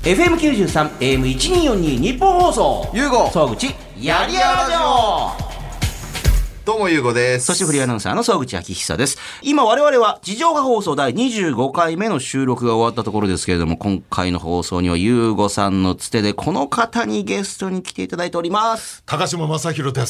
FM93 AM1242 日本放送ゆうご総口やりやらじょう。 どうもゆうごです。 そしてフリーアナウンサーの総口昭久です。今我々は地上波放送第25回目の収録が終わったところですけれども、今回の放送にはゆうごさんのつてでこの方にゲストに来ていただいております。 高島正宏です。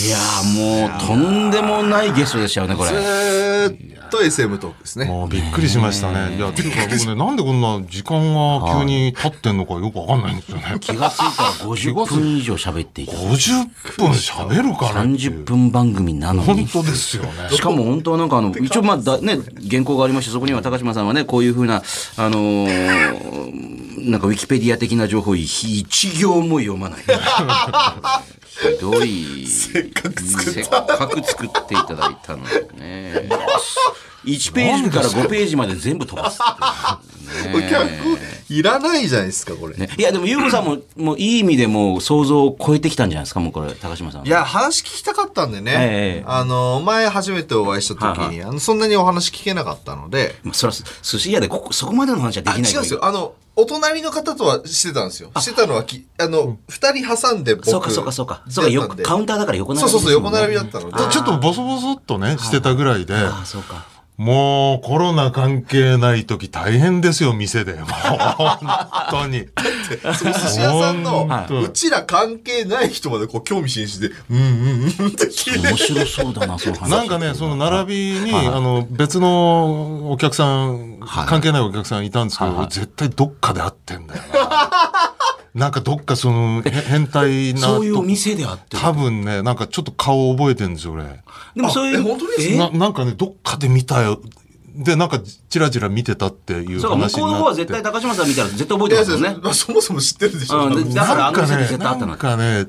いやーもうとんでもないゲストでしたよねこれ。 ずーっと SM トークですね。 もうびっくりしましたね。いや、ていうか僕ね、なんでこんな時間が急に経ってんのかよくわかんないんですよね。 気がついたら50分以上喋っていた。 50分喋るかなっていう。 30分番組なのに。 本当ですよね。 しかも本当はなんか一応まあね、原稿がありまして、そこには高島さんはね、こういうふうな、なんかウィキペディア的な情報を一行も読まない。ひどい。せっかく作っていただいたのにね。1ページから5ページまで全部飛ばすっていうね。 脚いらないじゃないですかこれ、 ね。いやでもゆうごさんもういい意味でもう想像を超えてきたんじゃないですかもうこれ高島さん。 いや話聞きたかったんでね、前初めてお会いした時に、そんなにお話聞けなかったので、 それは寿司屋でそこまでの話はできない。 違うんですよ。お隣の方とはしてたんですよ。してたのは二人挟んで僕。 そうか。よくカウンターだから横並び、ね。 そう横並びだったので。 ちょっとボソボソっとねしてたぐらいで。 そうか。 もうコロナ関係ない時大変ですよ店で。もう本当に。 その寿司屋さんのうちら関係ない人までこう興味津々でって聞いて。 面白そうだなその話。 なんかねその並びに別のお客さん関係ないお客さんいたんですけど、絶対どっかで会ってんだよな。なんかどっかその変態なそういうお店であって多分ねなんかちょっと顔覚えてるんですよ俺。 でもそういう本当ですか？ なんかねどっかで見たよ。でなんかチラチラ見てたっていう話になって。 そうか向こうの方は絶対高島さん見たら絶対覚えてますよね。 そもそも知ってるでしょ。 だからあの店で絶対あったの。 なんかね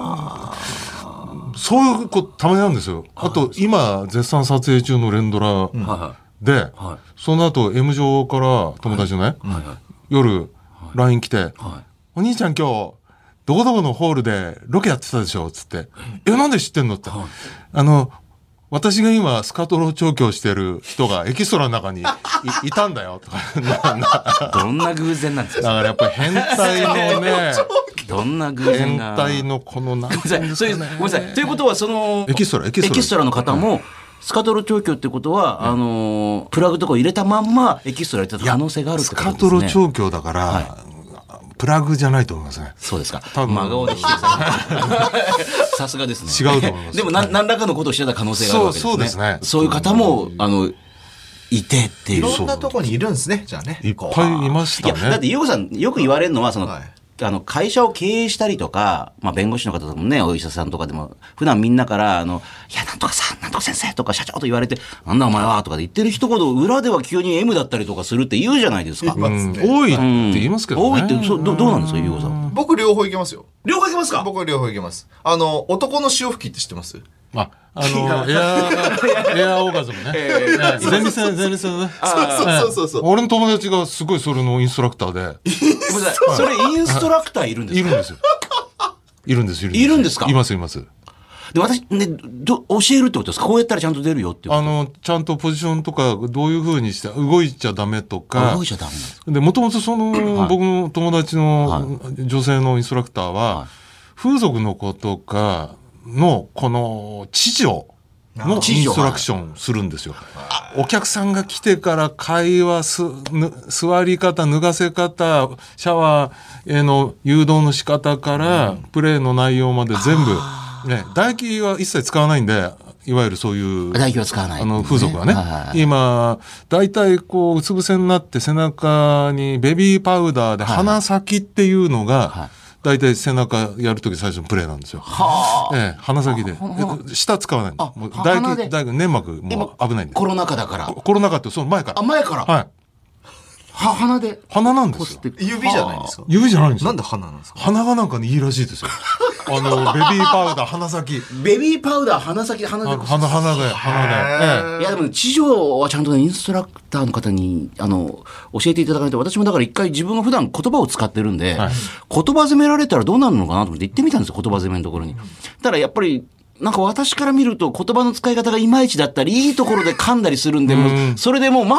そういう子たまにあるんですよ。あと今絶賛撮影中の連ドラでその後 M 上から友達のね夜 LINE 来て。お兄ちゃん今日どこどこのホールでロケやってたでしょつってなんで知ってんのって、私が今スカトロ調教してる人がエキストラの中に いたんだよとかどんな偶然なんですか。 だからやっぱり変態のねどんな偶然が変態のこのなんていうんですかね。 ごめんなさいということはそのエキストラの方も、スカトロ調教ってことは、プラグとか入れたまんまエキストラ入れた可能性があるってことですね。 スカトロ調教だから、プラグじゃないと思いますね。 そうですか。 多分真顔で否定されさすがですね。 違うと思います。 でも何らかのことをしてた可能性があるわけですね。 そうですね。 そういう方もいてっていう。 いろんなところにいるんですね。じゃあね。 いっぱいいましたね。 いやだってゆうごさんよく言われるのは会社を経営したりとか、弁護士の方とかもね、お医者さんとかでも、普段みんなから、いや、なんとかさん、なんとか先生とか社長と言われて、なんだお前はとかで言ってる一言、裏では急に M だったりとかするって言うじゃないですか。 多いって言いますけどね。 多いって、どうなんですか、ゆうごさん。 僕両方いけますよ。 両方いけますか？ 僕は両方いけます。男の潮吹きって知ってます？ エアオーガズムね。前立腺のね。 そう。 俺の友達がすごいそれのインストラクターで。 ごめんなさい。それインストラクターいるんですか？ いるんですよ。いるんですか？います。 で、私ね、教えるってことですか？こうやったらちゃんと出るよっていう。 ちゃんとポジションとかどういう風にして動いちゃダメとか。 動いちゃダメなんですか？ で、もともと僕の友達の女性のインストラクターは、風俗の子とかのこの知女のインストラクションするんですよ。お客さんが来てから会話座り方脱がせ方シャワーへの誘導の仕方からプレーの内容まで全部、ね、唾液は一切使わないんでいわゆるそういう唾液は使わない、 風俗はね、今大体こううつ伏せになって背中にベビーパウダーで鼻先っていうのが、大体背中やるとき最初のプレーなんですよ。鼻先で。舌使わないの。もう唾液、粘膜もう危ないんで。 コロナ禍だから。 コロナ禍ってその前から。 前から。 はい。 鼻で。 鼻なんですよ。 指じゃないですか。 指じゃないんですよ。 なんで鼻なんですか。 鼻がなんかいいらしいですよ。ベビーパウダー鼻先。 ベビーパウダー鼻先鼻で。 鼻で。 いやでも知女はちゃんとインストラクターの方に教えていただかないと。私もだから一回自分が普段言葉を使ってるんで、言葉攻められたらどうなるのかなと思って行ってみたんですよ、言葉攻めのところに。ただやっぱりなんか私から見ると言葉の使い方がいまいちだったりいいところで噛んだりするんで、もうそれでもう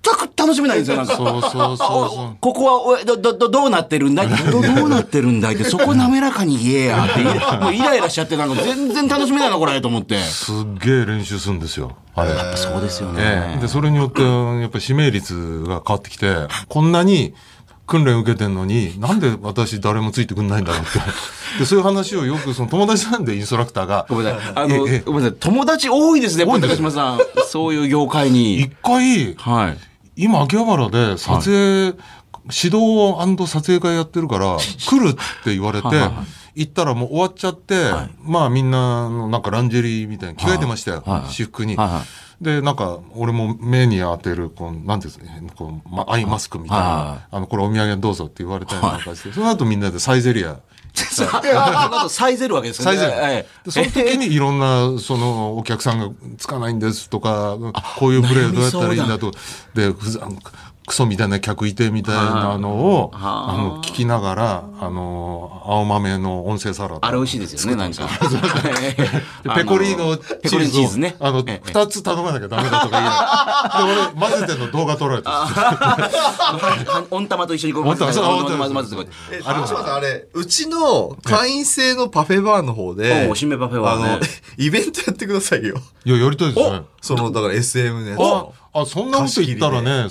く楽しめないんですよ、なんか。 そうそうそうそう。 ここはどうなってるんだいどうなってるんだいって、そこ滑らかに言えやって、もうイライラしちゃって、なんか全然楽しめないな、これ、と思って。 すっげえ練習するんですよ。 やっぱそうですよね。 で、それによって、やっぱり指名率が変わってきて、こんなに訓練受けてんのに、なんで私誰もついてくんないんだろうって。で、そういう話をよく、その友達なんでインストラクターが。 ごめんなさい。ごめんなさい。友達多いですね、高島さん。そういう業界に。 一回、 はい。 今、秋葉原で撮影、指導&撮影会やってるから、来るって言われて、行ったらもう終わっちゃって、まあみんなのなんかランジェリーみたいに着替えてましたよ、私服に。で、なんか、俺も目に当てる、なんていうんですかね、アイマスクみたいな、これお土産どうぞって言われたりなんかして、その後みんなでサイゼリア。 その後サイゼるわけですかね。 サイゼル。その時にいろんな、お客さんがつかないんですとか、こういうプレーどうやったらいいんだと。で、クソみたいな客いてみたいなのを、聞きながら、青豆の温泉サラダ。 あれ美味しいですよね、なんか。 ペコリーノチーズね。2つ頼まなきゃダメだとか言えない。で、俺、混ぜてるの動画撮られてる。 温玉と一緒に混ぜてる。 あれ、うちの会員制のパフェバーの方で、 おしめパフェバーね。 イベントやってくださいよ。 いや、やりたいですね。 だから SM のやつ。 そんなこと言ったらね、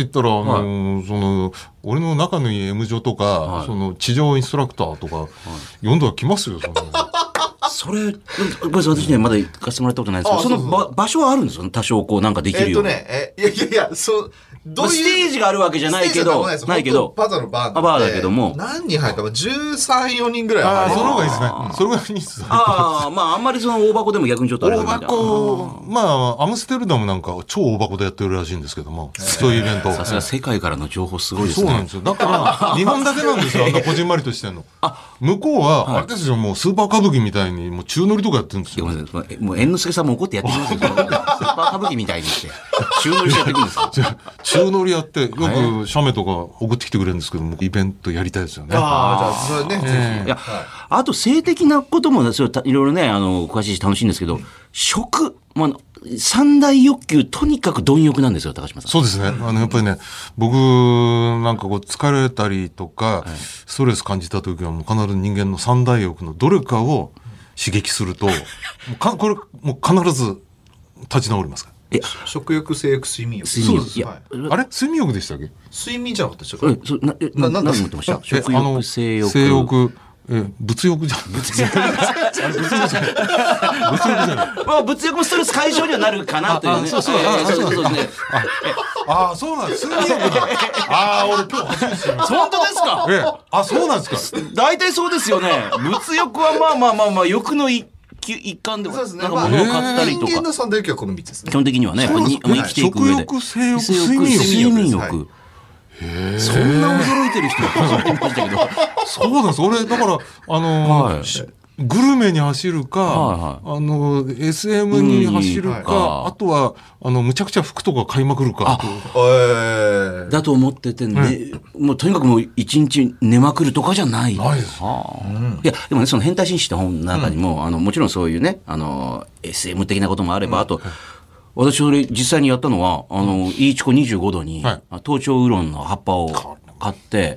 俺の仲のいい M 女とか、地上インストラクターとか、呼んだら来ますよ、 それ、私ね、まだ行かせてもらったことないですけど、その場所はあるんですよね、多少なんかできるように。 どういうステージがあるわけじゃないけど、 パザのバーだけども。 何人入ったの ?13、4人ぐらい入った。 その方がいいですね。それぐらいいいです。 まあ、あんまり大箱でも逆にちょっとあれだみたいな。 大箱、まあ、アムステルダムなんかは超大箱でやってるらしいんですけども、そういうイベント。 さすが世界からの情報すごいですね。 そうなんですよ。だから、日本だけなんですよ、こじんまりとしてんの。向こうは、あれですよ、もうスーパー歌舞伎みたいに、もう宙乗りとかやってるんですよ。 もう猿之助さんも怒ってやってきますよ。スーパー歌舞伎みたいにして。宙乗りしてやってくるんですよ。 宙乗りやって、よく写メとか送ってきてくれるんですけども、イベントやりたいですよね。 じゃあ、それね、ぜひ。 あと性的なことも、いろいろね、詳しいし楽しいんですけど、食、三大欲求、とにかく貪欲なんですよ、高島さん。 そうですね。やっぱりね、僕、なんか疲れたりとか、ストレス感じた時は、もう必ず人間の三大欲のどれかを刺激すると、これ、もう必ず立ち直りますから。 食欲、性欲、睡眠欲。 そうです。あれ睡眠欲でしたっけ？ 睡眠じゃなかったでしょ？ 何持ってました？食欲、性欲。 性欲。物欲じゃん。物欲じゃない。 物欲もストレス解消にはなるかなというね。そうですね。 そうなんです。睡眠欲だ。俺今日初めて知りました。 本当ですか？ そうなんですか。 大体そうですよね。物欲はまあ欲の一環でも、なんか物を買ったりとか。 人間の三大欲はこの3つですね。 基本的にはね、生きていく上で。 食欲、性欲、睡眠欲。 そんな驚いてる人初めて見ましたけど。 そうなんです。俺、だから、グルメに走るか、SM に走るか、あとは、むちゃくちゃ服とか買いまくるか。 だと思っててね、もうとにかくもう一日寝まくるとかじゃない。 ないです。 いや、でもね、その変態紳士って本の中にも、もちろんそういうね、SM 的なこともあれば、あと、私、それ実際にやったのは、イーチコ25度に、頭頂ウーロンの葉っぱを買って、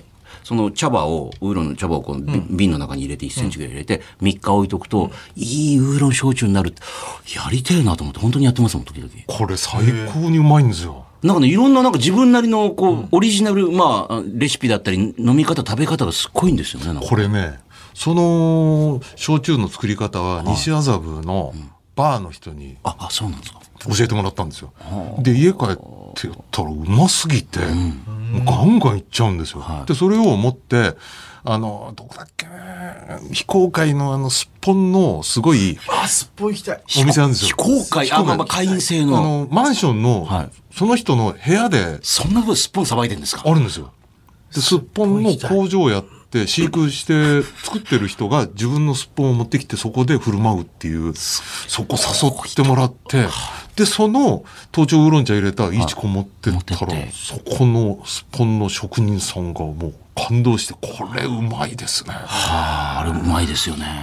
そのウーロンの茶葉を瓶の中に入れて1センチぐらい入れて、3日置いとくと、いいウーロン焼酎になるって、やりてえなと思って、本当にやってますもん、時々。 これ最高にうまいんですよ。 なんかね、いろんななんか自分なりの、オリジナル、レシピだったり、飲み方、食べ方がすっごいんですよね。 これね、その、焼酎の作り方は、西麻布のバーの人に、 そうなんですか。 教えてもらったんですよ。で、家帰ってやったらうますぎて、もうガンガンいっちゃうんですよ。で、それを持って、どこだっけね、非公開のすっぽんのすごい、 すっぽん行きたい。 お店なんですよ。 非公開、会員制の。 マンションの、その人の部屋で、 そんなことすっぽんさばいてるんですか？ あるんですよ。で、すっぽんの工場をやって、飼育して作ってる人が自分のすっぽんを持ってきてそこで振る舞うっていう、そこ誘ってもらって、で、その頭頂ウーロン茶入れたイチコ持ってったら、そこのスポンの職人さんがもう感動して、これうまいですね。 あれうまいですよね。 うまい。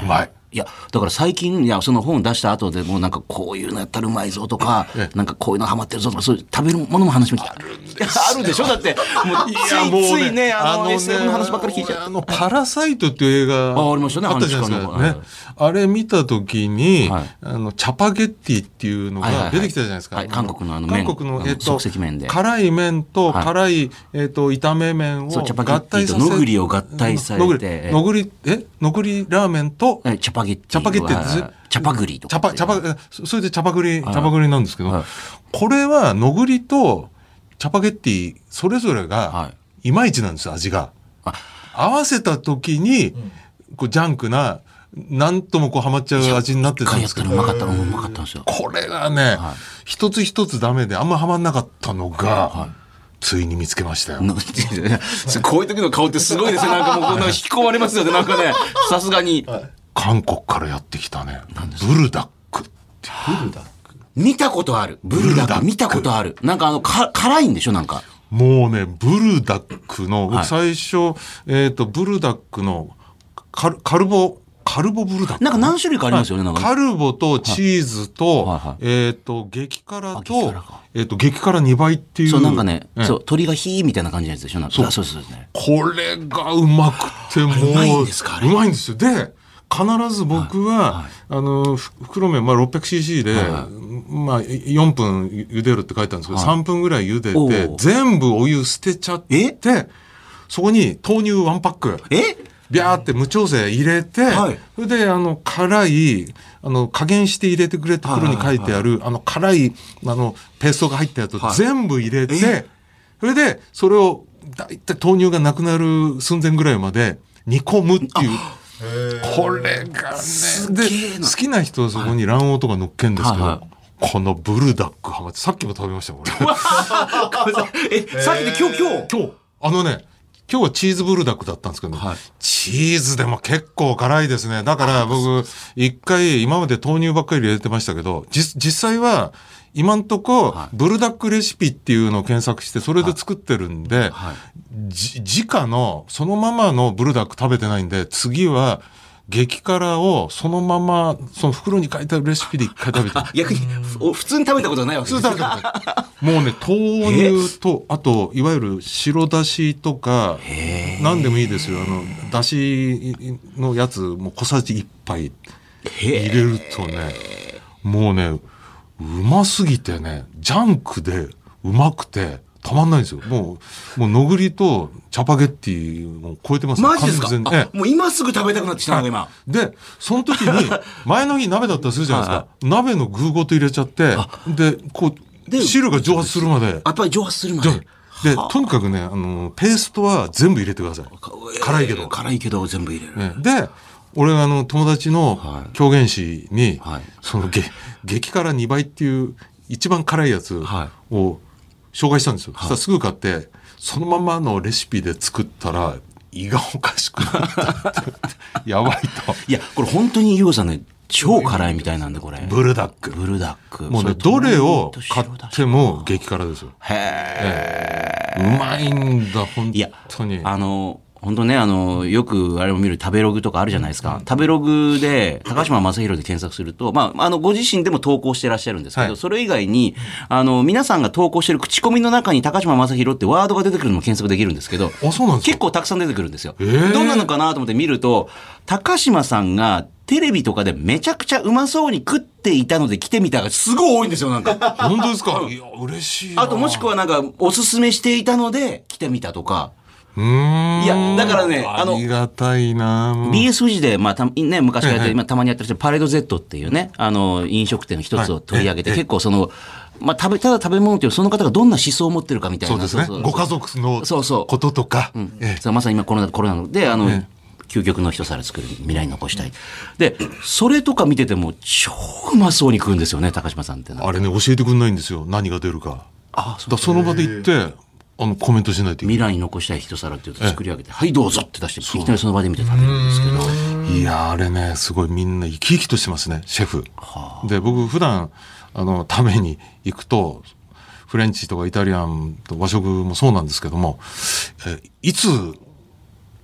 いやだから最近いやその本出した後でもうなんかこういうのやったらうまいぞとかなんかこういうのハマってるぞとかそういう食べるものも話もあるんでしょだってもうついねSF の話ばっかり聞いちゃう。 パラサイトっていう映画ありましたね、 あったじゃないですかね。あれ見た時に、チャパゲッティっていうのが出てきたじゃないですか。 韓国の麺、即席麺で辛い麺と辛い炒め麺を合体させて、 のぐりを合体されて、 のぐりラーメンとチャパゲッティ、チャパグリとか、 それでチャパグリなんですけど、これはのぐりとチャパゲッティそれぞれがいまいちなんですよ、味が。合わせた時にこうジャンクななんともこうハマっちゃう味になってたんですけど、 うまかったんですよ。 これがね、一つ一つダメであんまハマんなかったのが、ついに見つけましたよ。 こういう時の顔ってすごいですね。なんかもうこんな引き込まれますよね。なんかね、さすがに。 韓国からやってきたね。ブルダックって。 ブルダック見たことある。ブルダック見たことある。なんか辛いんでしょなんか。 もうね、ブルダックの、最初、ブルダックのカルボブルダック。 なんか何種類かありますよね。なんかカルボとチーズと、激辛と、激辛2倍っていう。 そう、なんかね、そう、鶏がヒーみたいな感じのやつでしょなんか。そうですね。 これがうまくて、もう。 うまいんですかあれ。 うまいんですよ。で、必ず僕は、袋麺、600cc で、4分茹でるって書いてあるんですけど、3分ぐらい茹でて、全部お湯捨てちゃって、そこに豆乳1パック。ビャーって無調整入れて、それで辛い加減して入れてくれって袋に書いてある辛いペーストが入ったやつを全部入れて、それでそれをだいたい豆乳がなくなる寸前ぐらいまで煮込むっていう。これがね、で好きな人はそこに卵黄とか乗っけんですけど、このブルダックハマって、さっきも食べましたこれ。 さっきで今日今日はチーズブルダックだったんですけど、チーズでも結構辛いですね。だから僕一回今まで豆乳ばっかり入れてましたけど、実際は今んとこブルダックレシピっていうのを検索してそれで作ってるんで、直のそのままのブルダック食べてないんで、次は激辛をそのままその袋に書いてあるレシピで一回食べて逆に普通に食べたことないわけです。 普通に食べたことない。もうね、豆乳とあといわゆる白だしとか何でもいいですよ。だしのやつも小さじ1杯入れるとね、もうねうますぎてね、ジャンクでうまくてたまんないんですよ。もうのぐりとチャパゲッティも超えてますね。 マジですか？もう今すぐ食べたくなってきたのが今。 で、その時に前の日鍋だったらするじゃないですか。鍋の具ごと入れちゃって、で、こう汁が蒸発するまで。 やっぱり蒸発するまで。 で、とにかくね、ペーストは全部入れてください。辛いけど。 辛いけど全部入れる。 で、俺が友達の狂言師に、その激辛2倍っていう一番辛いやつを紹介したんですよ。そしたらすぐ買って、そのままのレシピで作ったら胃がおかしくなったやばいと。 いや、これ本当に優子さんね、超辛いみたいなんでこれ。 ブルダック。もうね、どれを買っても激辛ですよ。うまいんだ、本当に。 本当ね、よくあれを見る食べログとかあるじゃないですか。食べログで、高島正宏で検索すると、ご自身でも投稿してらっしゃるんですけど、それ以外に、皆さんが投稿してる口コミの中に高島正宏ってワードが出てくるのも検索できるんですけど、結構たくさん出てくるんですよ。どんなのかなと思って見ると、高島さんがテレビとかでめちゃくちゃうまそうに食っていたので来てみたがすごい多いんですよ、なんか。 本当ですか？いや、嬉しいな。 あともしくはなんか、おすすめしていたので来てみたとか。いや、だからね、 ありがたいな。 BS 富士で、昔からやってる、今たまにやってるパレード Z っていうね、飲食店の一つを取り上げて、結構ただ食べ物っていうその方がどんな思想を持ってるかみたいな。 そうですね。ご家族のこととか。 まさに今コロナので、究極の一皿作る、未来に残したい。で、それとか見てても超うまそうに食うんですよね、高島さんって。 あれね、教えてくんないんですよ。何が出るか。その場で行って、コメントしないといけない。 未来に残したい一皿っていうと作り上げて、はいどうぞって出して、いきなりその場で見て食べるんですけど。 いや、あれね、すごいみんな生き生きとしてますね、シェフ。で、僕普段、ために行くと、フレンチとかイタリアンと和食もそうなんですけども、いつ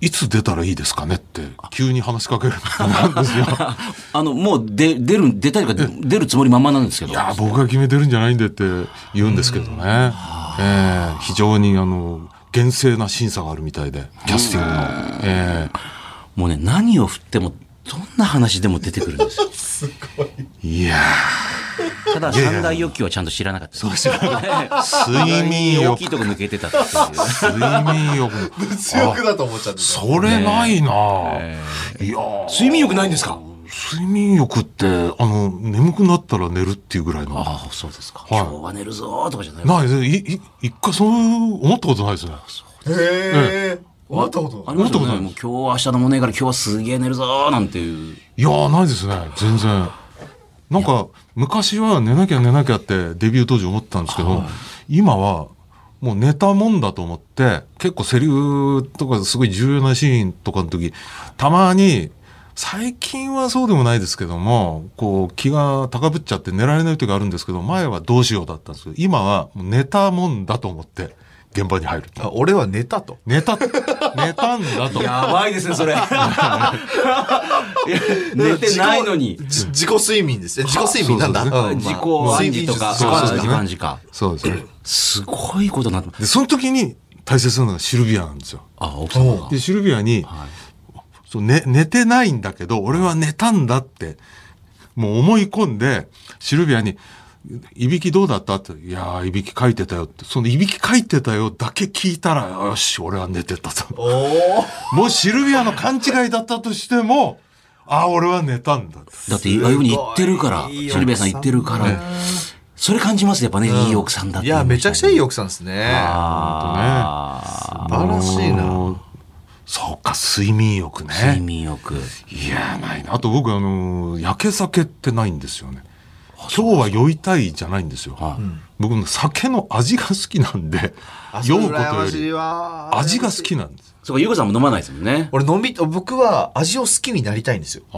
いつ出たらいいですかねって急に話しかけるんですよ。 もう出たいか出るつもりまんまなんですけど。 いや僕が決めてるんじゃないんでって言うんですけどね。非常に厳正な審査があるみたいでキャスティングの。 もうね何を振ってもどんな話でも出てくるんですよ。 すごい。 いやただ三大欲求はちゃんと知らなかった。そうですよね。 睡眠欲大きいとこ抜けてたっていう。 睡眠欲物欲だと思っちゃってた。 それないな、いや睡眠欲ないんですか？ 睡眠欲って眠くなったら寝るっていうぐらいの。 ああそうですか、 はい、 今日は寝るぞとかじゃない。 ないです。一回そう思ったことないですね。 へえ。思ったことない。 思ったことない。もう今日は明日のもねえから今日はすげえ寝るぞなんていう。 いやないですね全然。なんか昔は寝なきゃってデビュー当時思ってたんですけど、今はもう寝たもんだと思って結構セリフとかすごい重要なシーンとかの時たまに最近はそうでもないですけどもこう気が高ぶっちゃって寝られない時があるんですけど前はどうしようだったんですけど今はもう寝たもんだと思って現場に入る。 俺は寝たと。 寝たんだと。 やばいですねそれ。寝てないのに。 自己睡眠ですね。自己睡眠なんだ。 自己暗示とか自己暗示か。 そうですね。 すごいことになってます。 でその時に大切なのがシルビアなんですよ。 奥様が。 でシルビアに、寝てないんだけど俺は寝たんだってもう思い込んでシルビアにいびきどうだったって、いやーいびきかいてたよって、そのいびきかいてたよだけ聞いたらよし俺は寝てたと。もうシルビアの勘違いだったとしても俺は寝たんだ。 だってああいうふうに言ってるからシルビアさん言ってるから、それ感じますやっぱね、いい奥さんだって。 いやめちゃくちゃいい奥さんですね。 本当ね。素晴らしいな。 そうか睡眠欲ね。 睡眠欲。 いやないな。あと僕焼け酒ってないんですよね。今日は酔いたいじゃないんですよ。僕の酒の味が好きなんで酔うことより味が好きなんです。 そうかゆうこさんも飲まないですもんね。 俺僕は味を好きになりたいんですよ。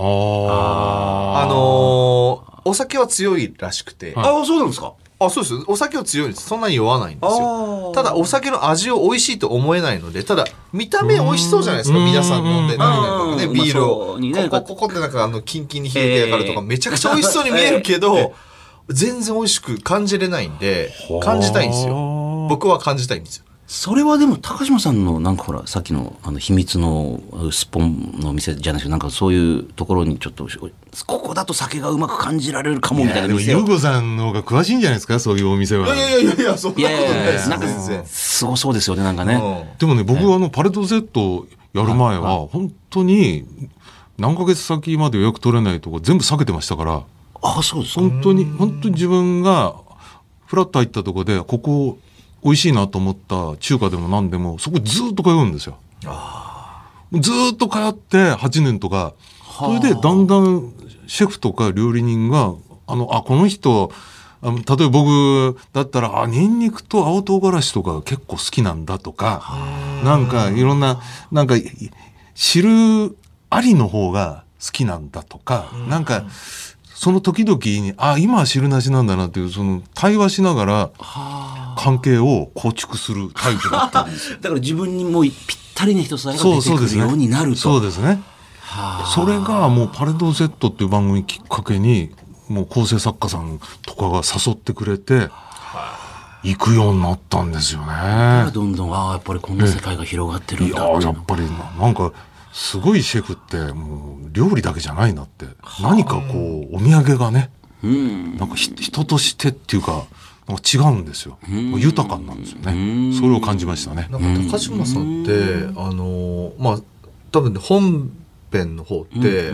お酒は強いらしくて。 そうなんですか。 そうです。お酒は強いんです。そんなに酔わないんですよ。ただお酒の味を美味しいと思えないので、ただ見た目美味しそうじゃないですか。皆さん飲んでね、ビールをここってなんかキンキンに冷えてやがるとかめちゃくちゃ美味しそうに見えるけど、全然美味しく感じれないんで、感じたいんですよ。僕は感じたいんですよ。 それはでも高島さんのなんかほらさっきの秘密のスポンのお店じゃないですけどなんかそういうところにちょっとここだと酒がうまく感じられるかもみたいな店を。 でもゆうこさんの方が詳しいんじゃないですかそういうお店は。 いやそんなことないです。 なんかすごそうですよねなんかね。 でもね僕パレット Z やる前は本当に何ヶ月先まで予約取れないとこ全部避けてましたから。 そうですか。 本当に自分がフラッと入ったとこでここ美味しいなと思った中華でも何でもそこずっと通うんですよ。ずっと通って8年とか。それでだんだんシェフとか料理人がこの人例えば僕だったらニンニクと青唐辛子とか結構好きなんだとかなんかいろんななんか汁ありの方が好きなんだとかなんかその時々に今は汁なしなんだなっていうその対話しながら関係を構築するタイプだったんですよ。 だから自分にもうぴったりな人さえが出てくるようになると。 そうですね。それがもうパレット Z っていう番組きっかけにもう構成作家さんとかが誘ってくれて行くようになったんですよね。 どんどんやっぱりこんな世界が広がってるんだ。 やっぱりなんかすごいシェフってもう料理だけじゃないなって何かこうお土産がねなんか人としてっていうか違うんですよ。豊かなんですよね。それを感じましたね。 なんか高島さんって多分ね本編の方って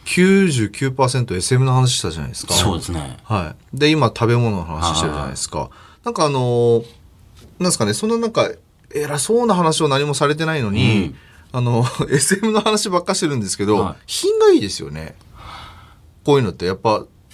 99% SM の話したじゃないですか。 そうですね。 はい。で今食べ物の話してるじゃないですか。なんかなんですかねそんななんか偉そうな話を何もされてないのに。SM の話ばっかしてるんですけど、品がいいですよね。こういうのってやっぱ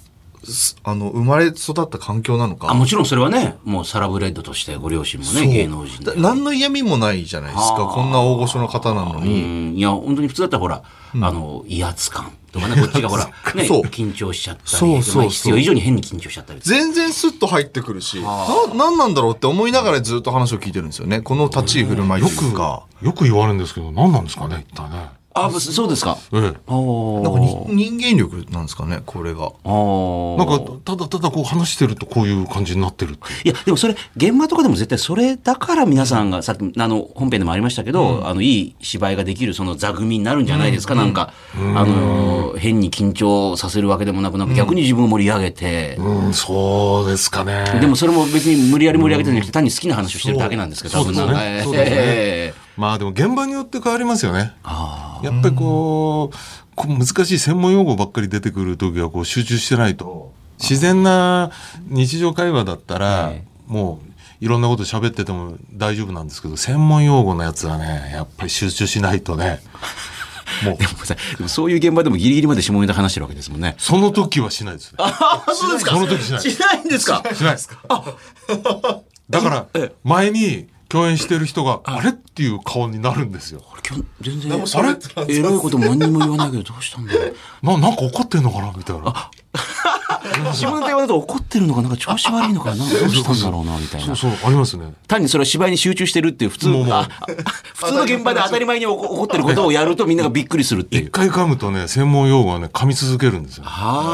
生まれ育った環境なのか。 もちろんそれはね、もうサラブレッドとしてご両親もね、芸能人で。 何の嫌味もないじゃないですか。こんな大御所の方なのに。 いや、本当に普通だったらほら、威圧感とかね、こっちがほら、ね、緊張しちゃったり、必要以上に変に緊張しちゃったり。 全然スッと入ってくるし、何なんだろうって思いながらずっと話を聞いてるんですよね。この立ち居振る舞いというか。 よく言われるんですけど、何なんですかね、一体ね。 そうですか。 ええ。 なんか人間力なんですかね、これが。 なんか、ただただこう話してるとこういう感じになってるっていう。 いや、でもそれ、現場とかでも絶対それだから皆さんが、さっき、本編でもありましたけど、いい芝居ができるその座組になるんじゃないですか、なんか。変に緊張させるわけでもなく、なんか逆に自分を盛り上げて。 そうですかね。 でもそれも別に無理やり盛り上げてるんじゃなくて、単に好きな話をしてるだけなんですけど、多分なんか。 まあでも現場によって変わりますよね。やっぱりこう難しい専門用語ばっかり出てくる時はこう集中してないと、自然な日常会話だったらもういろんなこと喋ってても大丈夫なんですけど、専門用語のやつはねやっぱり集中しないとね。 でもそういう現場でもギリギリまで下ネタ話してるわけですもんね。 その時はしないですね。 そうですか。 その時しない。 しないんですか。 しないですか。だから前に共演してる人があれっていう顔になるんですよ。 全然あれエロいことも何にも言わないけどどうしたんだろう。 なんか怒ってんのかなみたいな。 下ネタ言われると怒ってるのかなんか調子悪いのかな、どうしたんだろうなみたいな。 そうありますね。 単にそれは芝居に集中してるっていう普通の現場で当たり前に怒ってることをやるとみんながびっくりするっていう。 一回噛むとね専門用語はね噛み続けるんですよ。危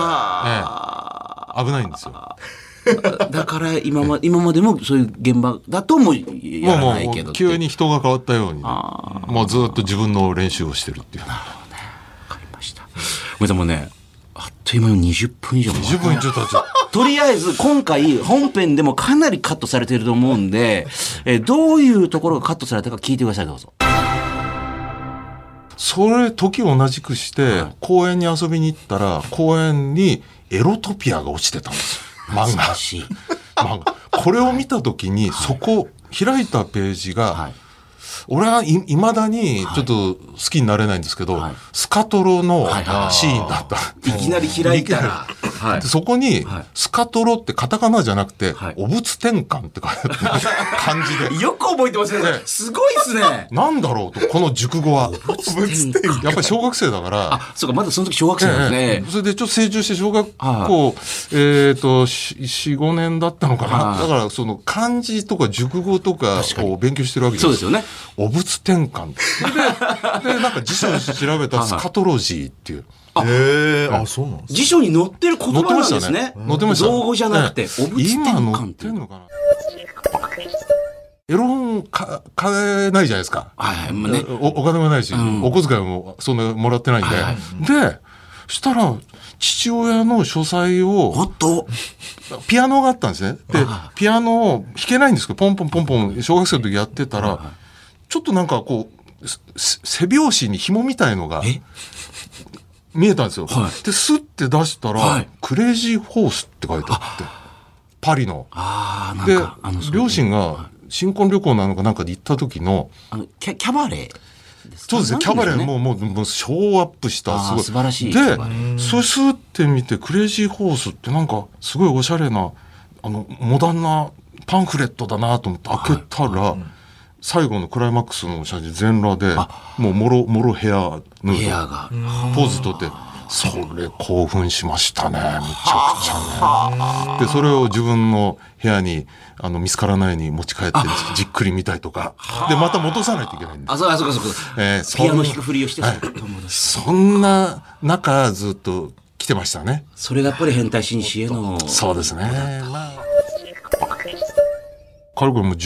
ないんですよ。 だから今までもそういう現場だともやらないけど、 急に人が変わったように、もうずっと自分の練習をしてるっていう。 なるほどね。わかりました。ごめんなさい、もうねあっという間に20分以上 20分以上経っちゃう。 とりあえず今回本編でもかなりカットされていると思うんで、どういうところがカットされたか聞いてください、どうぞ。 それ時を同じくして、公園に遊びに行ったら公園にエロトピアが落ちてたんですよ。漫画。これを見た時に、そこ開いたページが、俺はいまだにちょっと好きになれないんですけど、スカトロのシーンだった。 いきなり開いたら、 そこにスカトロってカタカナじゃなくて、お仏転換って書いてある感じで。 よく覚えてますね。すごいですね。 なんだろうと、この熟語は。やっぱり小学生だから。 そうか、まだその時小学生なんですね。 それでちょっと成長して小学校、4、5年だったのかな。だからその漢字とか熟語とかを勉強してるわけです。 そうですよね。 お仏転換でなんか辞書を調べたスカトロジーっていう。 そうなんです。 辞書に載ってる言葉なんですね。 載ってました。 造語じゃなくて、お仏転換っていうのかな。 エロ本買えないじゃないですか。お金もないし、お小遣いもそんなもらってないんで。で、したら父親の書斎をピアノがあったんですね。で、ピアノを弾けないんですけど、ポンポンポンポン小学生の時やってたら、ちょっとなんかこう背拍子に紐みたいのが見えたんですよ。でスッて出したら、クレイジーホースって書いてあって、パリの。で両親が新婚旅行なのかなんかで行った時のキャバレー。 そうですね、キャバレーもうショーアップしたすごい素晴らしい。 でそスッて見て、クレイジーホースってなんかすごいおしゃれなモダンなパンフレットだなと思って開けたら、最後のクライマックスの写真全裸で、もうもろヘアヌードポーズとって、それ興奮しましたね、めちゃくちゃね。でそれを自分の部屋に見つからないように持ち帰ってじっくり見たりとかで、また戻さないといけないんです。 ピアノ弾くふりをして、 そんな中ずっと来てましたね。 それがやっぱり変態紳士への。 そうですね。かれこれも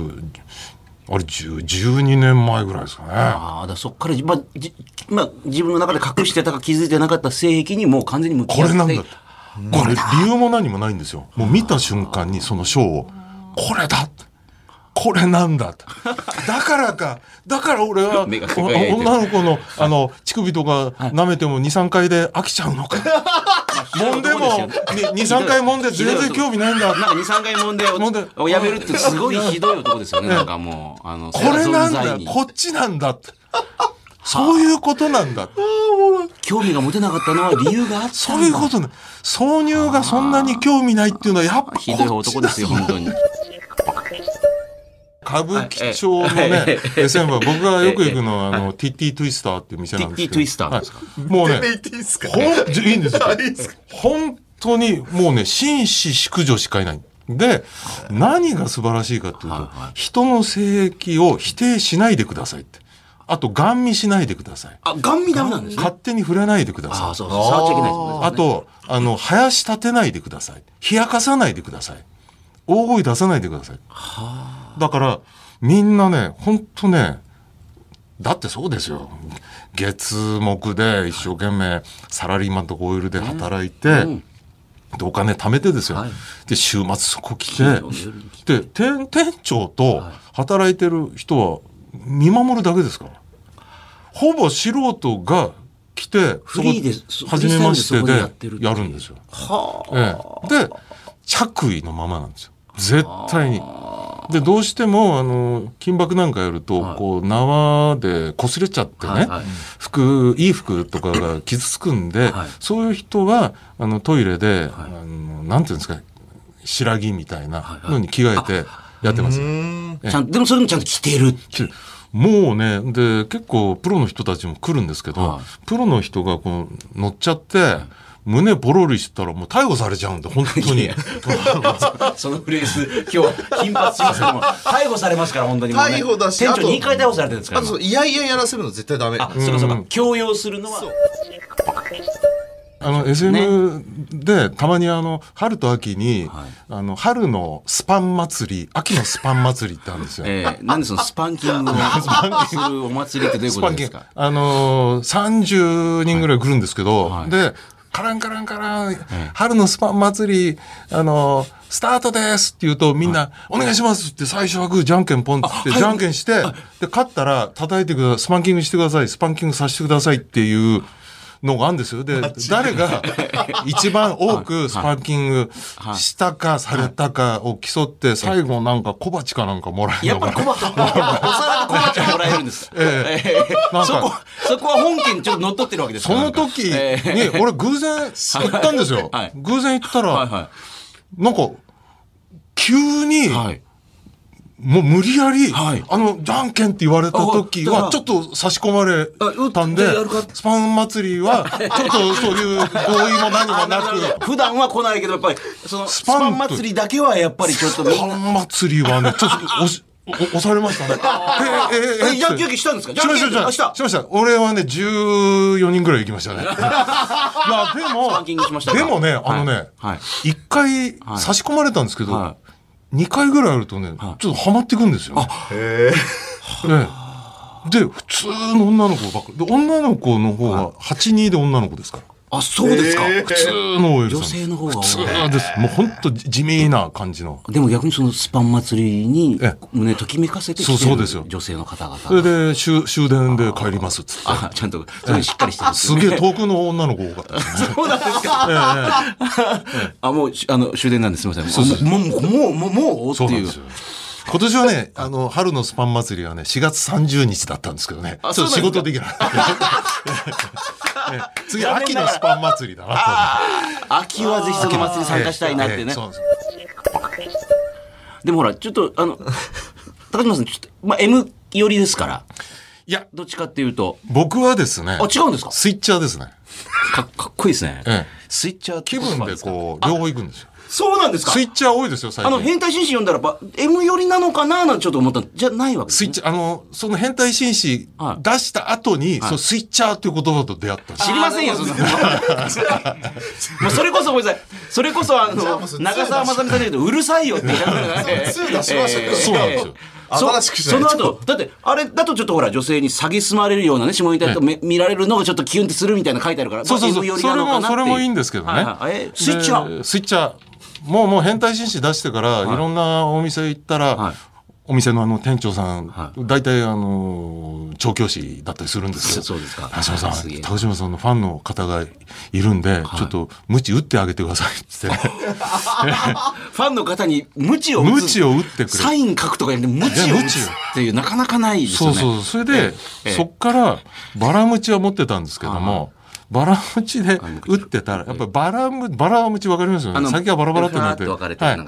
12年前ぐらいですかね。 だそっから、自分の中で隠してたか気づいてなかった性癖にもう完全に向き合って。 これなんだ。これ理由も何もないんですよ。もう見た瞬間にそのショーを、これだ、これなんだ、だから俺は女の子の乳首とか舐めても 2,3 回で飽きちゃうのか。揉んでも 2,3 回揉んで全然興味ないんだ。 なんか 2,3 回揉んでやめるってすごいひどい男ですよね。なんかもうこれなんだ、こっちなんだって。 そういうことなんだ。 興味が持てなかったのは理由があったんだ。 そういうことね。挿入がそんなに興味ないっていうのはやっぱひどい男ですよ、本当に。 歌舞伎町のね、SM は僕がよく行くのは、ティッティトゥイスターっていう店なんですけど。 ティッティトゥイスターですか。 もうね、 言っていいですか？ いいんですよ。本当にもうね、紳士淑女しかいない。で、何が素晴らしいかっていうと、人の性癖を否定しないでくださいって。あと、ガン見しないでください。 ガン見ダメなんですね。 勝手に触れないでください。 そう、触っちゃいけないですね。 あと、生やし立てないでください。冷やかさないでください。大声出さないでください。だから、みんなね、ほんとね、だってそうですよ。月木で一生懸命サラリーマンとか OL で働いて、でお金貯めてですよ。で、週末そこ来て、で、店長と働いてる人は見守るだけですから。ほぼ素人が来て、 フリーで、 初めましてでやるんですよ。で、着衣のままなんですよ。絶対に。で、どうしても、金箔なんかやると、こう、縄で擦れちゃってね、いい服とかが傷つくんで、そういう人は、トイレで、なんていうんですか、白着みたいなのに着替えてやってます。 でもそれもちゃんと着てる。 もうね、で、結構プロの人たちも来るんですけど、プロの人がこう乗っちゃって、胸ポロリしたらもう逮捕されちゃうんで、本当に。 そのフレーズ、今日頻発しますけども、逮捕されますから、本当にもう、ね。 逮捕だし、 店長に2回逮捕されてるんですから。 あと、いやいややらせるの絶対ダメ。 そうか。強要するのは。 SM でたまに春と秋に、春のスパン祭り、秋のスパン祭りってあるんですよ。 なんでそのスパンキングをするお祭りってどういうことですか ？30人ぐらい来るんですけど、で、カランカランカラン、春のスパン祭り、スタートですって言うとみんな、お願いしますって最初はグーじゃんけんポンってじゃんけんして、で、勝ったら叩いてください、スパンキングしてください、スパンキングさせてくださいっていうのがあるんですよ。で、誰が一番多くスパンキングしたかされたかを競って、最後なんか小鉢かなんかもらえるのかな。 やっぱ小鉢、お皿で小鉢もらえるんです。そこは本家にちょっと乗っ取ってるわけですか。 その時に、俺偶然行ったんですよ。偶然行ったら、なんか、急に、もう無理やり、じゃんけんって言われた時は、ちょっと差し込まれたんで、スパン祭りは、ちょっとそういう合意も何もなく。 普段は来ないけど、やっぱり、その、スパン祭りだけはやっぱりちょっとスパン祭りはね、ちょっと押されましたね。 じゃんけんしたんですか？ しました。俺はね、14人ぐらい行きましたね。でもね、一回差し込まれたんですけど、2回ぐらいあるとね、ちょっとハマってくんですよ。で、普通の女の子ばっかり。で、女の子の方は8-2で女の子ですから。 あ、そうですか。 普通の OL さん。 女性の方が多い。 普通です。もう本当地味な感じの。 でも逆にそのスパン祭りに胸ときめかせてきてる女性の方々。それで終電で帰りますっつって。 ちゃんとそれしっかりしてる。 すげえ遠くの女の子が。 そうなんですか。もう終電なんです。すみません。もうっていう。 今年はね、春のスパン祭りはね、4月30日だったんですけどね。ちょっと仕事できない。次、秋のスパン祭りだなと。 秋はぜひその祭り参加したいなってね。でもほら、ちょっと、高島さん、ちょっと、M 寄りですから。 いや、 どっちかっていうと。 僕はですね。 違うんですか？ スイッチャーですね。 かっこいいですね。スイッチャー気分でこう、両方行くんですよ。 そうなんですか？ スイッチャー多いですよ、最近。 変態紳士読んだらば、M 寄りなのかななんてちょっと思ったじゃないわけです、ね。 スイッチャー、その変態紳士出した後に、そのスイッチャーっていう言葉と出会った。 知りませんよ、そんな。もうそれこそごめんなさい。それこそ長澤まさみさんで言うと、うるさいよって言い方がね。 そうなんですよ。新しくしないと。 その後、だって、あれだとちょっとほら、女性に蔑まれるようなね、下ネタと見られるのがちょっとキュンってするみたいな書いてあるから、 そう。それもいいんですけどね。 スイッチャー。 スイッチャー。もう変態紳士出してから、いろんなお店行ったら、 お店の店長さん、大体調教師だったりするんですけど、 そうですか。 高島さん、高島さんのファンの方がいるんで、ちょっと鞭打ってあげてくださいって言って。 ファンの方に鞭を打ってくれ。 サイン書くとか言って鞭を打つっていう、なかなかないですよね。 そう。それで、そっからバラ鞭は持ってたんですけども、バラムチで打ってたら、やっぱりバラムチ分かりますよね。先はバラバラってなって。今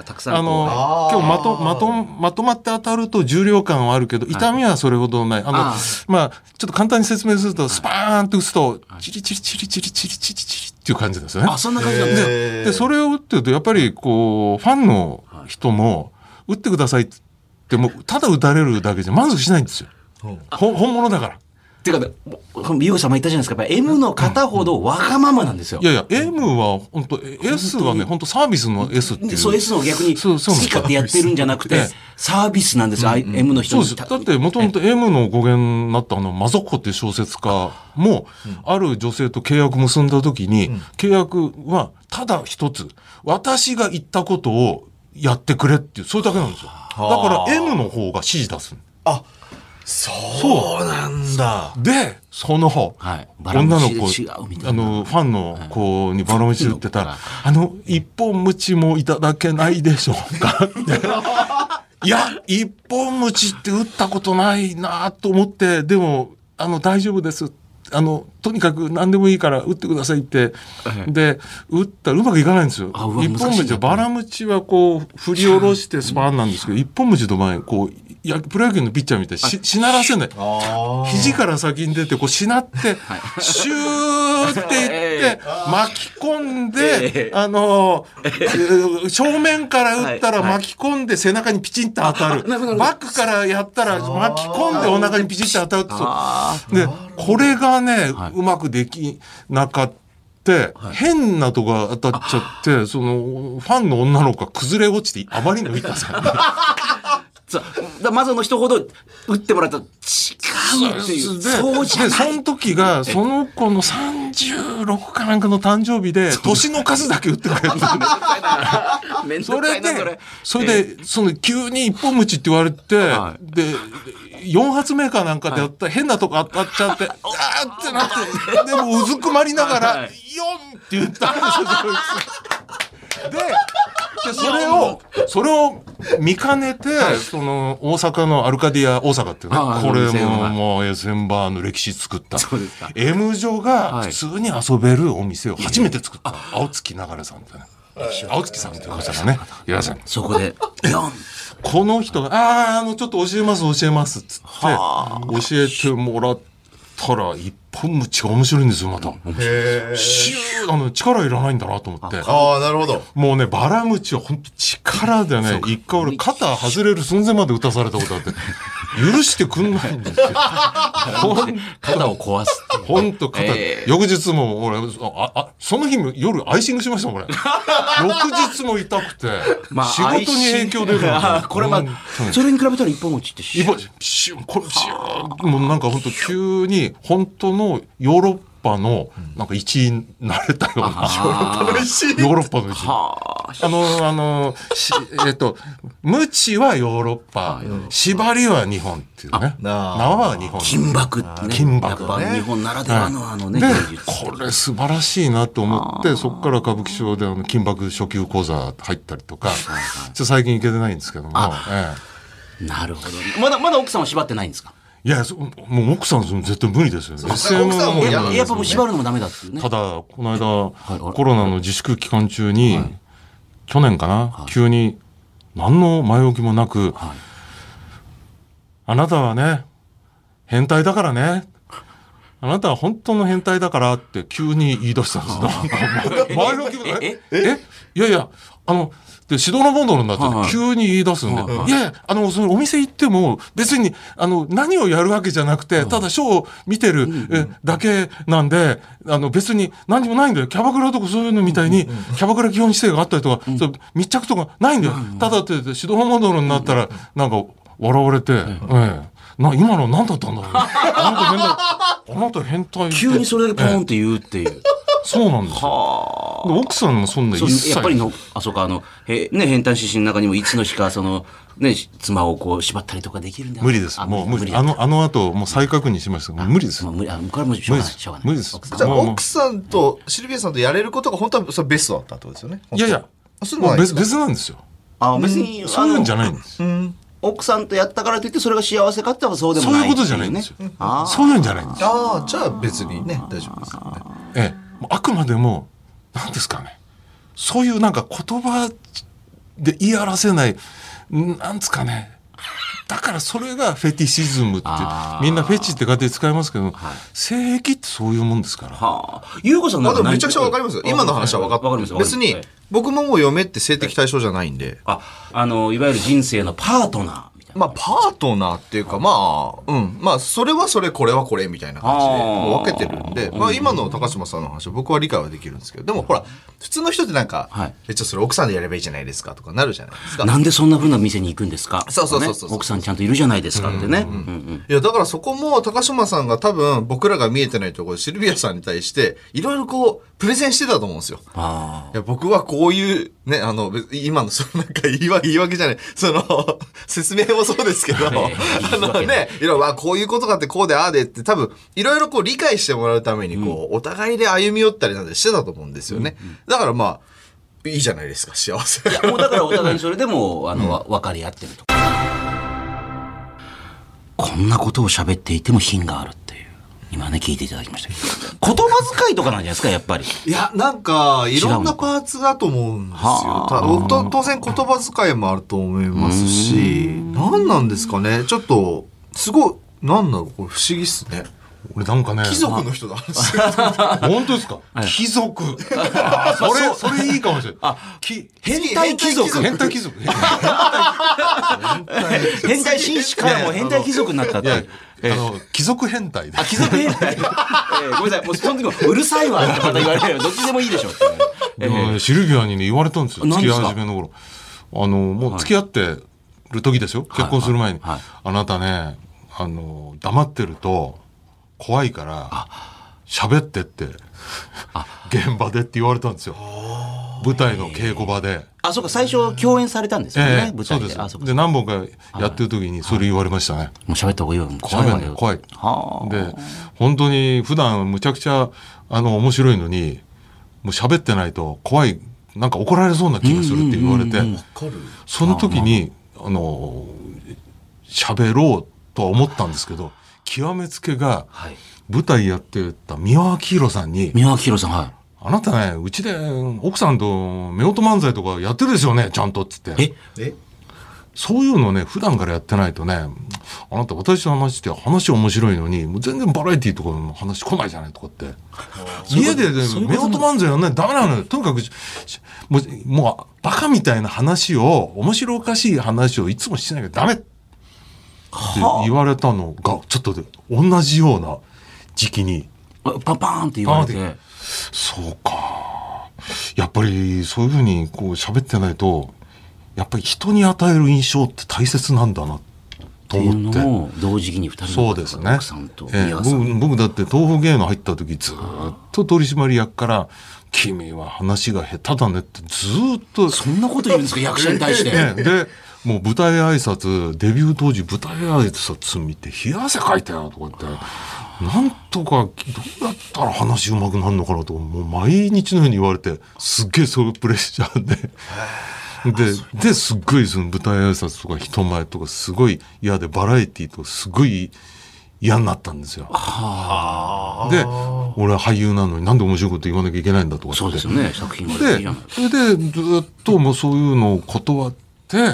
日まとまって当たると重量感はあるけど、痛みはそれほどない。ちょっと簡単に説明すると、スパーンって打つと、チリチリチリチリチリチリチリっていう感じですよね。 そんな感じなんですで、それを打ってると、やっぱりこう、ファンの人も、打ってくださいって言っても、ただ打たれるだけじゃ満足しないんですよ。本物だから。 っていうか、美容師様言ったじゃないですか。やっぱ M の方ほどわがままなんですよ。 いやいや、M は本当 S はね、本当サービスの S っていう。 そう、S の逆に好き勝手やってるんじゃなくて、サービスなんですよ、M の人に。 そうです。だってもともと M の語源になったマゾッコっていう小説家も、ある女性と契約結んだ時に、契約はただ一つ、私が言ったことをやってくれっていう、それだけなんですよ。だから M の方が指示出す。 そうなんだ。 で、その女の子、ファンの子にバラムチ打ってたら、一本鞭もいただけないでしょうかって。いや、一本鞭って打ったことないなと思って、でも、大丈夫です。とにかく何でもいいから打ってくださいって。で、打ったらうまくいかないんですよ。一本鞭は、バラムチはこう、振り下ろしてスパーンなんですけど、一本鞭の前、こう、プロ野球のピッチャーみたいにしならせない。肘から先に出て、こうしなって、シューっていって、巻き込んで、正面から打ったら巻き込んで背中にピチンと当たる。バックからやったら巻き込んでお腹にピチンと当たる。で、これがね、うまくできなかった。変なとこ当たっちゃって、ファンの女の子が崩れ落ちてあまりにもいったんですよ。 まずの人ほど打ってもらったら違うっていう。そうじゃない。 で、その時が、その子の36かなんかの誕生日で、年の数だけ打ってくれるんだよね。それで、急に一本鞭って言われて、で、4発目かなんかでやったら変なとこ当たっちゃって、あーってなって、でもうずくまりながら、4って言ったんですよ、で、それを見かねて、大阪のアルカディア大阪っていうね、これもエセンバーの歴史作った、M 女が普通に遊べるお店を初めて作った。青月流さんってね。青月さんっていう方がね、いらっしゃる。 そこで、 この人が、ちょっと教えますっつって、教えてもらったら、一本鞭が面白いんですよ、また。シュー、力いらないんだなと思って。 なるほど。 もうね、バラ鞭は本当力でね、一回俺肩外れる寸前まで打たされたことあって、許してくんないんですよ。 肩を壊す。 本当肩。翌日も俺、その日も夜アイシングしましたもん、これ。翌日も痛くて、仕事に影響出る。 これそれに比べたら一本鞭ってもうなんか本当急に、本当のヨーロッパのなんか一位になれたような。ヨーロッパの一位。鞭はヨーロッパ、縛りは日本っていうね。縄は日本。 金箔ってね。 金箔ね。 日本ならではのね。 で、これ素晴らしいなと思って、そこから歌舞伎町で金箔初級講座入ったりとか、最近行けてないんですけども。 なるほど。まだ奥さんは縛ってないんですか？ いや、もう奥さん絶対無理ですよね。 やっぱもう縛るのもダメだっていうね。 ただ、この間、コロナの自粛期間中に、去年かな、急に、何の前置きもなく、あなたはね、変態だからね。あなたは本当の変態だからって急に言い出したんです。前置きもいやいや、で、指導のボンドルになって急に言い出すんで、いやいや、そのお店行っても別に、何をやるわけじゃなくて、ただショーを見てるだけなんで、別に何もないんだよ。キャバクラとかそういうのみたいに、キャバクラ基本規制があったりとか、密着とかないんだよ。ただって指導ボンドルになったら、なんか笑われて、今の何だったんだろう。あなた変態。 急にそれだけポーンって言うっていう。 そうなんですよ。奥さんもそんな一切。 やっぱりそうか、変態獅子の中にもいつの日か、妻をこう縛ったりとかできるんだ。 無理です。もう無理。あの後、もう再確認しましたが、無理です。 これはもうしょうがない。 無理です。 じゃあ、奥さんとシルビアさんとやれることが本当はそれベストだったってことですよね。 いやいや、もう別なんですよ。 別に、 そういうんじゃないんです。 奥さんとやったからといってそれが幸せかって言ったらそうでもない。 そういうことじゃないんですよ。そういうんじゃないんです。 じゃあ別にね、大丈夫ですね。あくまでも、なんですかね。そういうなんか言葉で言い表せない、なんですかね。だからそれがフェティシズムって、みんなフェチって勝手に使いますけど、性癖ってそういうもんですから。 ゆうこさんなんかめちゃくちゃわかりますよ。今の話は分かります。別に、僕ももう嫁って性的対象じゃないんで。 いわゆる人生のパートナー。 パートナーっていうか、それはそれ、これはこれみたいな感じでもう分けてるんで、今の高島さんの話は僕は理解はできるんですけど、でもほら、普通の人ってなんか、それ奥さんでやればいいじゃないですかとかなるじゃないですか。 なんでそんな風な店に行くんですか。 そう。 奥さんちゃんといるじゃないですかってね。 いや、だからそこも高島さんが多分僕らが見えてないところでシルビアさんに対して、いろいろこう、プレゼンしてたと思うんですよ。いや僕はこういう、ね、今のなんか言い訳じゃない、説明もそうですけど、いろいろ、こういうことがあってこうでああでって多分、いろいろこう理解してもらうためにお互いで歩み寄ったりなんてしてたと思うんですよね。だからいいじゃないですか、幸せ。 いや、もうだからお互いにそれでも、分かり合ってると。こんなことを喋っていても品があるっていう。今ね、聞いていただきましたけど。言葉遣いとかなんじゃないですか、やっぱり。 いや、なんか、いろんなパーツだと思うんですよ。当然言葉遣いもあると思いますし、何なんですかね。ちょっと、すごい、なんだろう、これ不思議っすね。 俺なんかね。 貴族の人だ。 本当ですか。貴族。それいいかもしれない。 変態貴族。 変態貴族。 変態紳士からも変態貴族になったって。 貴族変態で。 貴族変態。ごめんなさい。もうその時もうるさいわってまた言われる。どっちでもいいでしょって。 シルビアにね言われたんですよ。付き合い始めの頃。もう付き合ってる時ですよ。結婚する前に。あなたね、黙ってると怖いから喋ってって現場でって言われたんですよ。舞台の稽古場で。 そうか、最初共演されたんですよね、舞台で。 そうです。で、何本かやってる時にそれ言われましたね。 もう喋った方がいいよ。怖いわよ。 怖い。で、本当に普段むちゃくちゃ面白いのに、もう喋ってないと怖い、なんか怒られそうな気がするって言われて、その時に、喋ろうとは思ったんですけど、極めつけが、舞台やってた三輪明宏さんに、あなたね、うちで奥さんと夫婦漫才とかやってるですよね、ちゃんとっつって。そういうのね、普段からやってないとね、あなた私と話して話面白いのに、もう全然バラエティーとかの話来ないじゃないとかって。家で夫婦漫才やんないとダメなのよ。とにかく、もうバカみたいな話を、面白おかしい話をいつもしてないからダメって言われたのが、ちょっと同じような時期に。 パンパンって言われて。 そうか。やっぱりそういうふうにこう喋ってないと、やっぱり人に与える印象って大切なんだなと思って。 同時期に2人の奥さんと宮さん。 僕だって東宝芸能入った時ずっと取締役から「君は話が下手だね」ってずっと。 そんなこと言うんですか、役者に対して。 でもう舞台挨拶、デビュー当時舞台挨拶見て冷や汗かいたよとか言って。なんとかどうやったら話うまくなるのかなともう毎日のように言われて、すっげえそういうプレッシャーですっごいその舞台挨拶とか人前とかすごい嫌で、バラエティーとかすごい嫌になったんですよ。で、俺は俳優なのになんで面白いこと言わなきゃいけないんだとかって。 そうですよね、作品は。 で、それでずっともうそういうのを断って、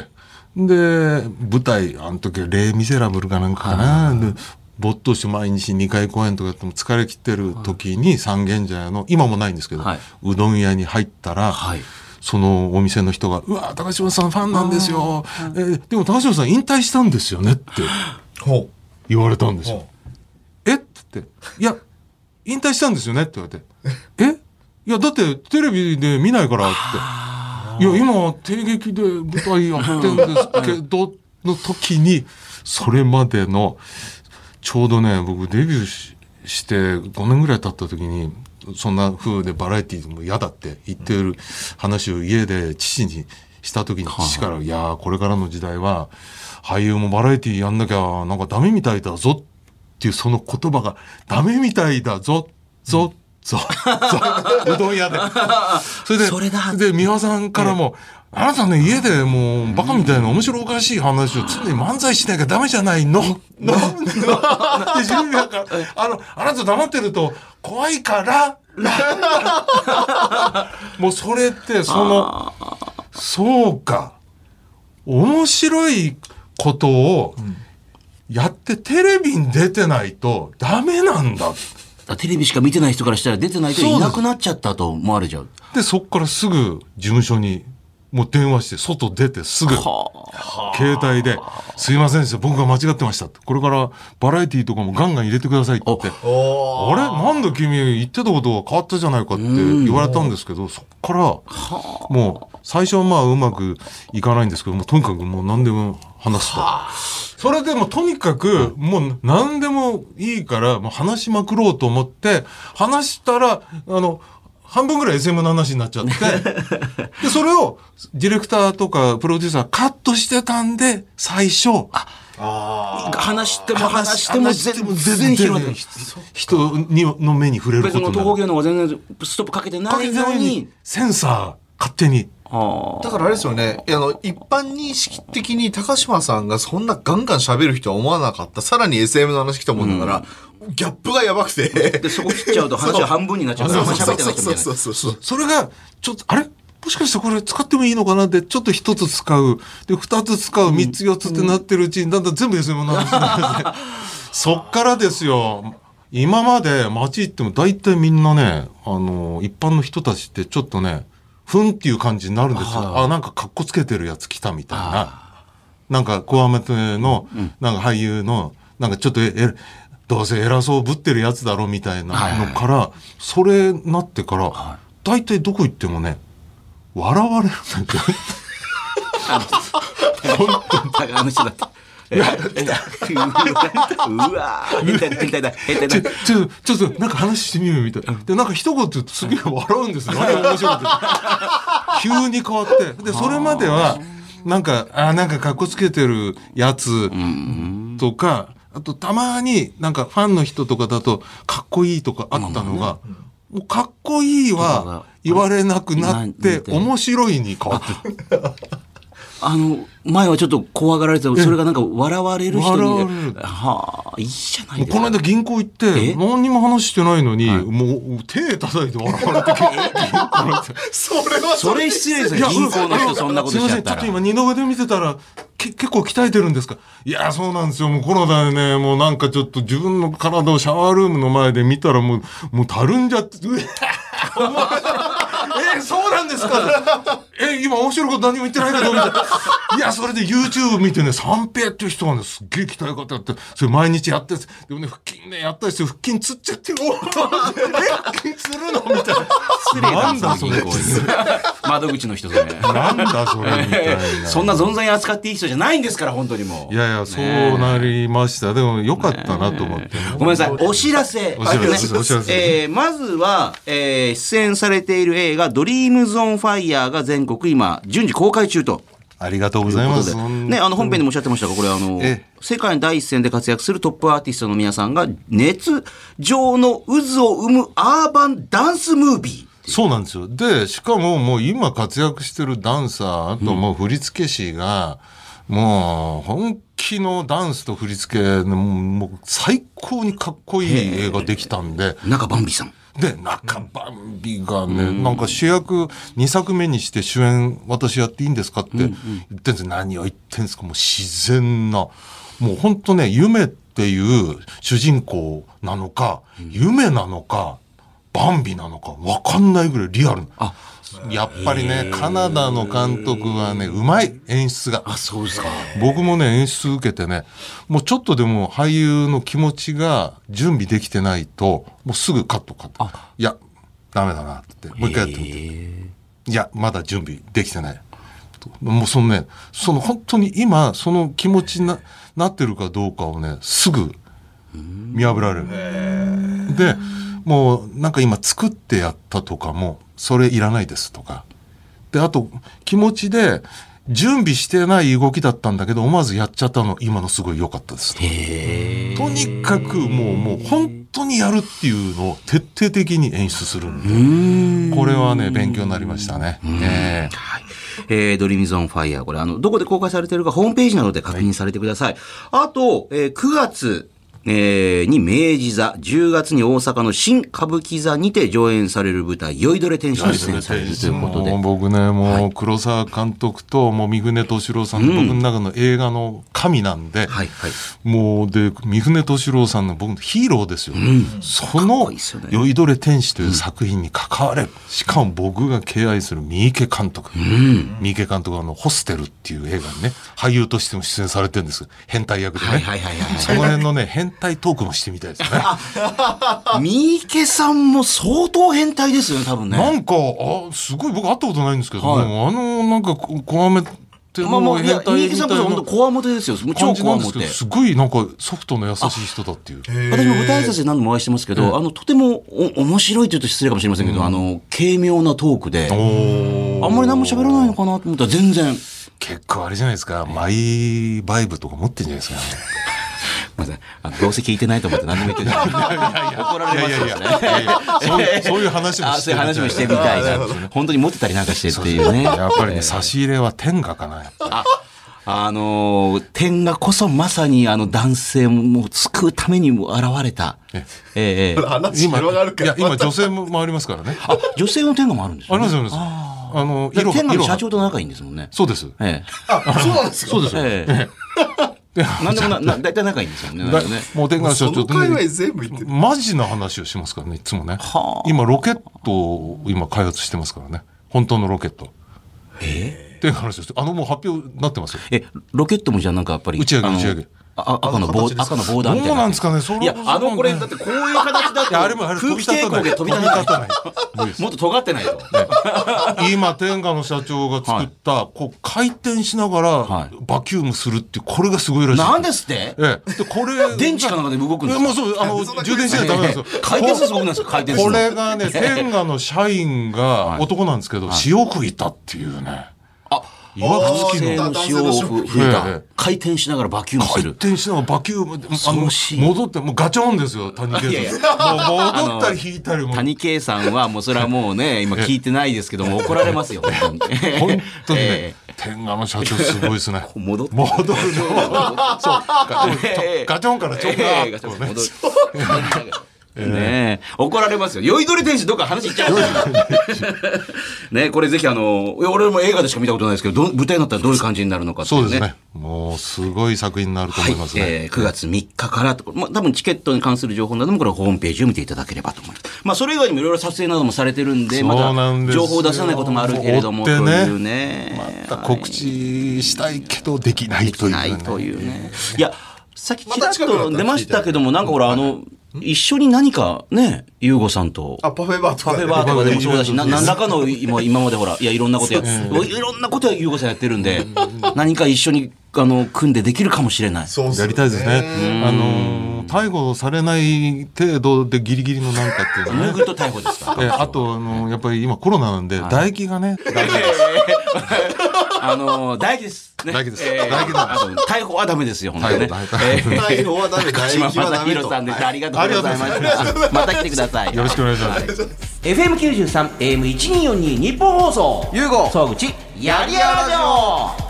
で舞台あの時レイ・ミゼラブルかなんかかな、で没頭して毎日2回公演とかやっても疲れ切ってる時に三軒茶屋の、今もないんですけど、うどん屋に入ったら、そのお店の人が「うわ高島さんファンなんですよ、でも高島さん引退したんですよね」って言われたんですよ。えって言って「いや引退したんですよね」って言われて「えいやだってテレビで見ないから」って「いや今帝劇で舞台やってるんですけど」の時に、それまでのちょうどね僕デビューして5年ぐらい経った時にそんな風でバラエティーでも嫌だって言ってる話を家で父にした時に、父からいやこれからの時代は俳優もバラエティーやんなきゃなんかダメみたいだぞっていうその言葉がダメみたいだぞうどん屋でそれで三輪さんからも、あなたね家でもうバカみたいな面白おかしい話を常に漫才しなきゃダメじゃないのって自分があなた黙ってると怖いからもうそれってそうか面白いことをやってテレビに出てないとダメなんだ。 テレビしか見てない人からしたら出てないといなくなっちゃったと思われちゃう。 でそっからすぐ事務所にもう電話して外出てすぐ携帯で「すいませんでした僕が間違ってました」これからバラエティーとかもガンガン入れてくださいって言って「あれなんだ君言ってたことが変わったじゃないか」って言われたんですけど、そっからもう最初はまあうまくいかないんですけどもとにかくもう何でも話すと。それでもとにかくもう何でもいいからもう話しまくろうと思って話したら半分ぐらい SM の話になっちゃってでそれをディレクターとかプロデューサーカットしてたんで最初話しても全然広がって人の目に触れることになる。 別の東方芸能は全然ストップかけてないのにセンサー勝手に。 だからあれですよね、一般認識的に高島さんがそんなガンガン喋る人は思わなかった。さらに SM の話来たもんだから、ギャップがやばくて。 で、そこ切っちゃうと話は半分になっちゃうから、あんま喋ってない人みたいな。 それが、ちょっと、あれもしかしてこれ使ってもいいのかなって、ちょっと一つ使う。で、二つ使う、三つ四つってなってるうちに、だんだん全部 SM の話になって。そっからですよ。今まで街行っても大体みんなね、一般の人たちってちょっとね、ふんっていう感じになるんですよ。なんかカッコつけてるやつ来たみたいな。なんか、こわめての、なんか俳優の、なんかちょっとどうせ偉そうぶってるやつだろみたいなのから、それなってから、大体どこ行ってもね、笑われるんだよ。 本当にあの人だった。うわちょっとなんか話してみようみたいな。でなんか一言言うとすげえ笑うんですよ。面白くて急に変わってでそれまではなんかかっこつけてるやつとかあとたまになんかファンの人とかだとかっこいいとかあったのがもうかっこいいは言われなくなって面白いに変わってる。 前はちょっと怖がられてたそれがなんか笑われる人にいいじゃないですか。 この間銀行行って何にも話してないのに、もう手叩いて笑われてそれ失礼ですよ銀行の人そんなことしちゃったら。すいませんちょっと今二の腕見てたら結構鍛えてるんですか。いやそうなんですよもうコロナでねもうなんかちょっと自分の体をシャワールームの前で見たらもうたるんじゃってそうなんですか今面白いこと何も言ってないけどみたいないやそれで YouTube 見てね三平っていう人がねすっげえ鍛え方やってそれ毎日やってでもね腹筋ねやったりして腹筋つっちゃって腹筋つるのみたいな失礼なんだそれ窓口の人それなんだそれみたいなそんな存在に扱っていい人じゃないんですから本当にもういやそうなりましたでもよかったなと思ってごめんなさいお知らせまずは出演されている映画ドリームズオンファイヤーが全国今順次公開中とありがとうございます。 ね、本編でもおっしゃってましたが、これ世界の第一線で活躍するトップアーティストの皆さんが熱情の渦を生むアーバンダンスムービー。 そうなんですよ。で、しかももう今活躍してるダンサー、あともう振付師が、もう本気のダンスと振り付け、もう最高にかっこいい映画できたんで。 中バンビさん。 で、中バンビがね、なんか主役2作目にして主演私やっていいんですかって言ってんですよ。何を言ってんですかもう自然な。もう本当ね、夢っていう主人公なのか、夢なのか、バンビなのか分かんないぐらいリアル。やっぱりね、カナダの監督はね、うまい演出が。 そうですか。 僕もね、演出受けてね、もうちょっとでも俳優の気持ちが準備できてないと、もうすぐカット。いや、ダメだなって、もう一回やってみて。いや、まだ準備できてない。もうその本当に今、その気持ちに なってるかどうかをね、すぐ見破られる。 でもうなんか今作ってやったとかもそれいらないですとかで、あと気持ちで準備してない動きだったんだけど思わずやっちゃったの今のすごい良かったですと。とにかくもう本当にやるっていうのを徹底的に演出するんで、これはね勉強になりましたね。 ドリームズオンファイヤー、これどこで公開されているかホームページなどで確認されてください。あと、9月に明治座、10月に大阪の新歌舞伎座にて上演される舞台、酔いどれ天使に出演されるということで。 僕ね、もう黒沢監督ともう三船敏郎さんの僕の中の映画の神なんで、もうで、三船敏郎さんの僕のヒーローですよ。その酔いどれ天使という作品に関われる。しかも僕が敬愛する三池監督。三池監督はホステルっていう映画にね、俳優としても出演されてるんです。変態役でね。その辺のね、変態トークもしてみたいですね。 三池さんも相当変態ですよね、多分ね。 なんかすごい僕会ったことないんですけど、なんかこわめても変態みたいな。 三池さんこそ本当こわもてですよ。超こわもて。 すごいなんかソフトの優しい人だっていう。 私も舞台挨拶で何度もお会いしてますけど、とても面白いというと失礼かもしれませんけど、軽妙なトークで、あんまり何も喋らないのかなと思ったら全然。 結構あれじゃないですか、マイバイブとか持ってんじゃないですか。 どうせ聞いてないと思って何でも言ってない。怒られますよね。そういう話もしてみたいな。本当に持ってたりなんかしてっていうね。 やっぱりね、差し入れは天下かな。 天下こそまさに男性も救うためにも現れた。 話広がるから。 今女性もありますからね。 女性の天下もあるんですよね。 あります。 天下の社長と仲いいんですもんね。 そうです。 そうなんですか。 そうですよ。 なんでも大体仲いいんですよね。 もう天下の社長と全部言ってる。 マジな話をしますからね、いつもね。今ロケットを今開発してますからね。本当のロケット。天下の社長もう発表になってますよ。 ロケットもじゃあなんかやっぱり打ち上げ。 赤のボーダーみたいな。 どうなんですかね。 いやこれだってこういう形だって空気抵抗で飛び立たない。もっと尖ってないと。 今天下の社長が作った回転しながらバキュームするっていうこれがすごいらしい。 なんですって？ でこれ電池かなんかで動くんですか？ もうそう充電しないとダメなんですよ。 回転数すごくないですか？回転数。 これがね天下の社員が男なんですけど潮吹いたっていうね。 いわくつきの潮を吹いた回転しながらバキュームする。 回転しながらバキューム戻ってもうガチョンですよ谷圭さん。もう戻ったり引いたりも。 谷圭さんはもうそれはもうね今聞いてないですけども怒られますよ本当に。 本当にね天下の社長すごいですね。 戻るの。そうガチョンからちょっと戻る。 ね怒られますよ。酔いどれ天使どっか話いっちゃうね。これぜひ俺も映画でしか見たことないですけど舞台になったらどういう感じになるのかっていうね。 そうですね。もうすごい作品になると思いますね。 9月3日から多分チケットに関する情報などもこれホームページを見ていただければと思います。それ以外にもいろいろ撮影などもされてるんでまた情報を出さないこともあるけれどもというね。 また告知したいけどできないというね。 いやさっきちらっと出ましたけどもなんかほら一緒に何かね、ユーゴさんと。 パフェバーとかでもそうだし、何らかの今までほら、いろんなこといろんなことはユーゴさんやってるんで、何か一緒に組んでできるかもしれない。 やりたいですね。逮捕されない程度でギリギリのなんかっていうね。ぐっと逮捕ですか。 あとやっぱり今コロナなんで唾液がね。 唾液です。 唾液です。 逮捕はダメですよ本当にね。 逮捕はダメ。唾液はダメと。 さんです。ありがとうございました。また来てください。 よろしくお願いします。 FM93 AM1242 日本放送。 ユーゴ総口やりやらじょう。